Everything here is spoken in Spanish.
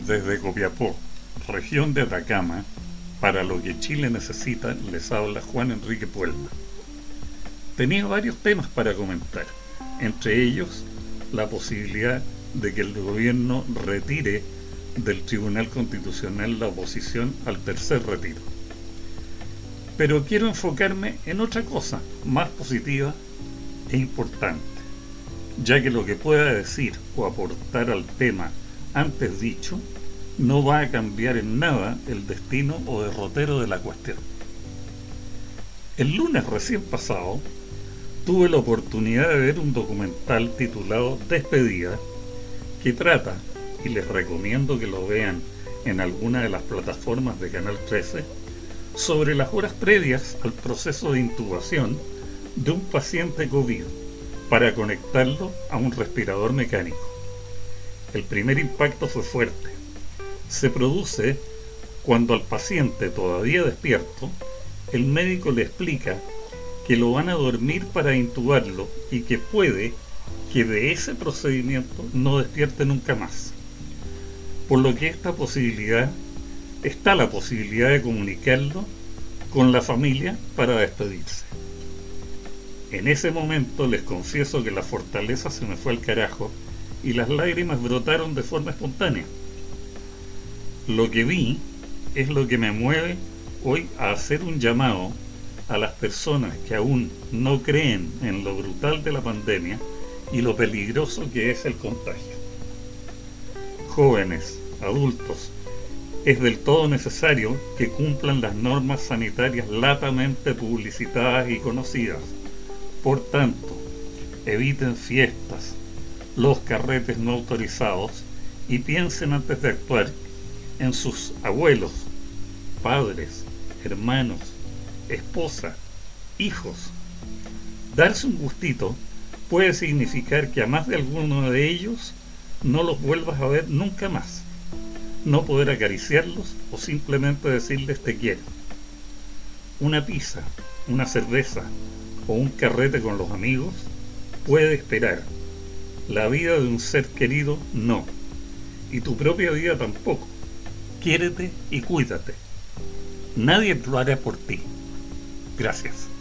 Desde Copiapó, región de Atacama, para lo que Chile necesita, les habla Juan Enrique Puelma. Tenía varios temas para comentar, entre ellos la posibilidad de que el gobierno retire del Tribunal Constitucional la oposición al tercer retiro. Pero quiero enfocarme en otra cosa más positiva e importante, ya que lo que pueda decir o aportar al tema antes dicho no va a cambiar en nada el destino o derrotero de la cuestión. El lunes recién pasado tuve la oportunidad de ver un documental titulado Despedida, que trata, y les recomiendo que lo vean en alguna de las plataformas de Canal 13, sobre las horas previas al proceso de intubación de un paciente COVID para conectarlo a un respirador mecánico. El primer impacto fue fuerte. Se produce cuando al paciente todavía despierto, el médico le explica que lo van a dormir para intubarlo y que puede que de ese procedimiento no despierte nunca más. Por lo que está la posibilidad de comunicarlo con la familia para despedirse. En ese momento les confieso que la fortaleza se me fue al carajo y las lágrimas brotaron de forma espontánea. Lo que vi es lo que me mueve hoy a hacer un llamado a las personas que aún no creen en lo brutal de la pandemia y lo peligroso que es el contagio. Jóvenes, adultos, es del todo necesario que cumplan las normas sanitarias latamente publicitadas y conocidas. Por tanto, eviten fiestas, los carretes no autorizados y piensen antes de actuar en sus abuelos, padres, hermanos, esposa, hijos. Darse un gustito puede significar que a más de alguno de ellos no los vuelvas a ver nunca más, no poder acariciarlos o simplemente decirles te quiero. Una pizza, una cerveza o un carrete con los amigos puede esperar. La vida de un ser querido no, y tu propia vida tampoco. Quiérete y cuídate. Nadie lo hará por ti. Gracias.